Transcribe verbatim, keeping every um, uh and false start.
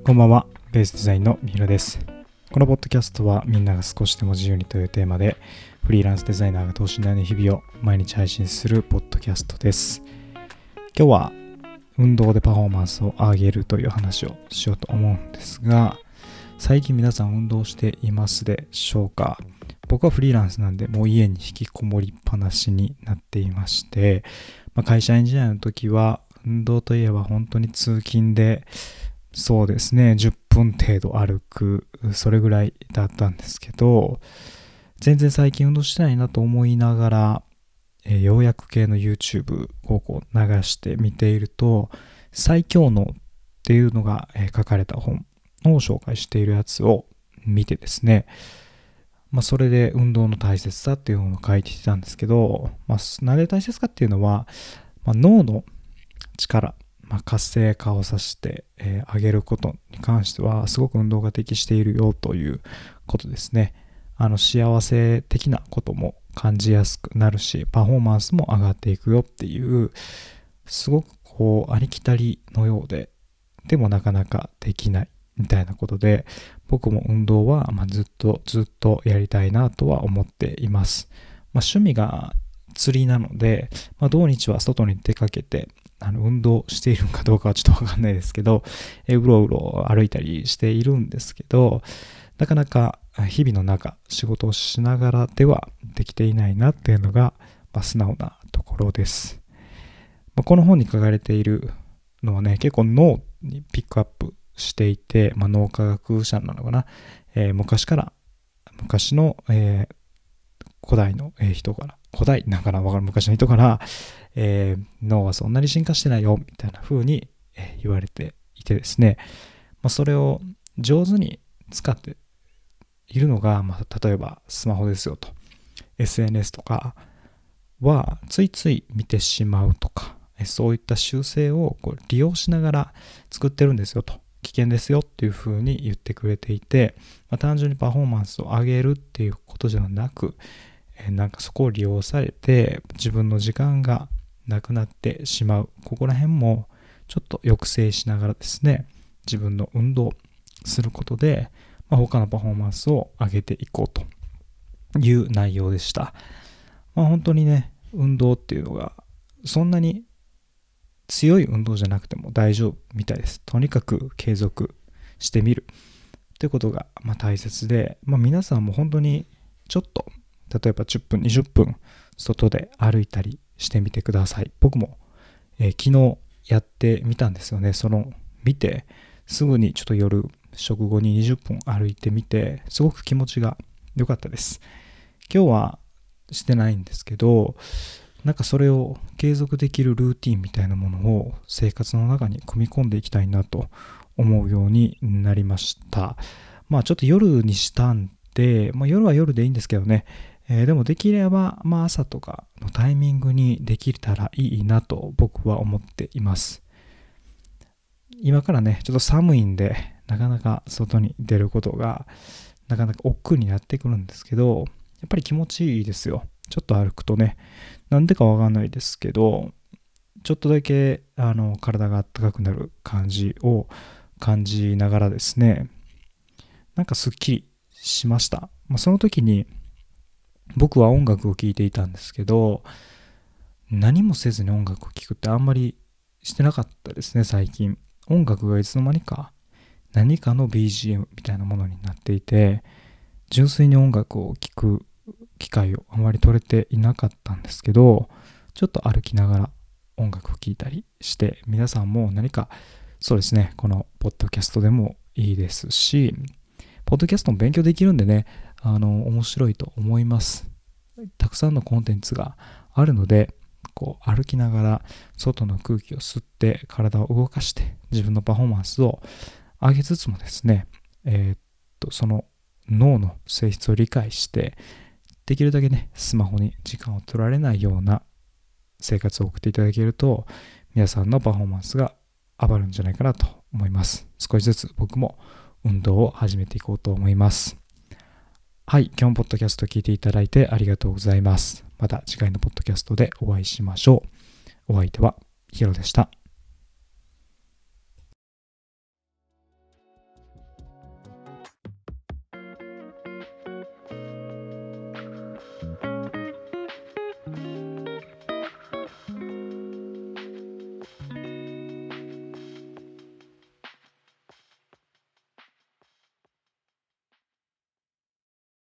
こんばんは、ベースデザインの三浦です。このポッドキャストはみんなが少しでも自由にというテーマでフリーランスデザイナーが等身大の日々を毎日配信するポッドキャストです。今日は運動でパフォーマンスを上げるという話をしようと思うんですが、最近皆さん運動していますでしょうか？僕はフリーランスなんでもう家に引きこもりっぱなしになっていまして、まあ、会社員時代の時は運動といえば本当に通勤でそうですねじゅっぷん程度歩くそれぐらいだったんですけど、全然最近運動してないなと思いながら、えー、要約系の YouTube をこう流して見ていると、最強脳っていうのが、えー、書かれた本を紹介しているやつを見てですね、まあ、それで運動の大切さっていうのを書いてきたんですけど、まあ、なんで大切かっていうのは、まあ、脳の力、まあ、活性化をさせて、えー、上げることに関してはすごく運動が適しているよということですね。あの幸せ的なことも感じやすくなるし、パフォーマンスも上がっていくよっていう、すごくこうありきたりのようで、でもなかなかできないみたいなことで、僕も運動はまあずっとずっとやりたいなとは思っています。まあ、趣味が釣りなので、まあ、土日は外に出かけてあの運動しているかどうかはちょっとわかんないですけど、えうろうろ歩いたりしているんですけど、なかなか日々の中仕事をしながらではできていないなっていうのが、まあ、素直なところです。まあ、この本に書かれているのはね、結構脳にピックアップしていて、まあ、脳科学者なのかな、えー、昔から昔の、えー、古代の人から古代なんかな分かる昔の人から、えー、脳はそんなに進化してないよみたいな風に、えー、言われていてですね、まあ、それを上手に使っているのが、まあ、例えばスマホですよと エスエヌエス とかはついつい見てしまうとか、そういった習性をこう利用しながら作ってるんですよと、危険ですよっていう風に言ってくれていて、まあ、単純にパフォーマンスを上げるっていうことじゃなく、えー、なんかそこを利用されて自分の時間がなくなってしまう、ここら辺もちょっと抑制しながらですね、自分の運動することで、まあ、他のパフォーマンスを上げていこうという内容でした。まあ、本当にね、運動っていうのがそんなに強い運動じゃなくても大丈夫みたいです。とにかく継続してみるってことがまあ大切で、まあ、皆さんも本当にちょっと例えばじゅっぷんにじゅっぷん外で歩いたりしてみてください。僕も、えー、昨日やってみたんですよね。その見てすぐにちょっと夜食後ににじゅっぷん歩いてみて、すごく気持ちが良かったです。今日はしてないんですけど、なんかそれを継続できるルーティンみたいなものを生活の中に組み込んでいきたいなと思うようになりました。まあちょっと夜にしたんで、まあ、夜は夜でいいんですけどね、えー、でもできれば、まあ、朝とかのタイミングにできたらいいなと僕は思っています。今からねちょっと寒いんでなかなか外に出ることがなかなか億劫になってくるんですけど、やっぱり気持ちいいですよ。ちょっと歩くとね、なんでかわかんないですけど、ちょっとだけあの体が温かくなる感じを感じながらですね、なんかすっきりしました。まあ、その時に僕は音楽を聴いていたんですけど、何もせずに音楽を聴くってあんまりしてなかったですね。最近音楽がいつの間にか何かの ビージーエム みたいなものになっていて、純粋に音楽を聴く機会をあまり取れていなかったんですけど、ちょっと歩きながら音楽を聴いたりして、皆さんも何かそうですね、このポッドキャストでもいいですし、ポッドキャストも勉強できるんでね、あの面白いと思います。たくさんのコンテンツがあるので、こう歩きながら外の空気を吸って体を動かして自分のパフォーマンスを上げつつもですね、えー、っとその脳の性質を理解して、できるだけねスマホに時間を取られないような生活を送っていただけると、皆さんのパフォーマンスが上がるんじゃないかなと思います。少しずつ僕も運動を始めていこうと思います。はい、今日もポッドキャスト聞いていただいてありがとうございます。また次回のポッドキャストでお会いしましょう。お相手はヒロでした。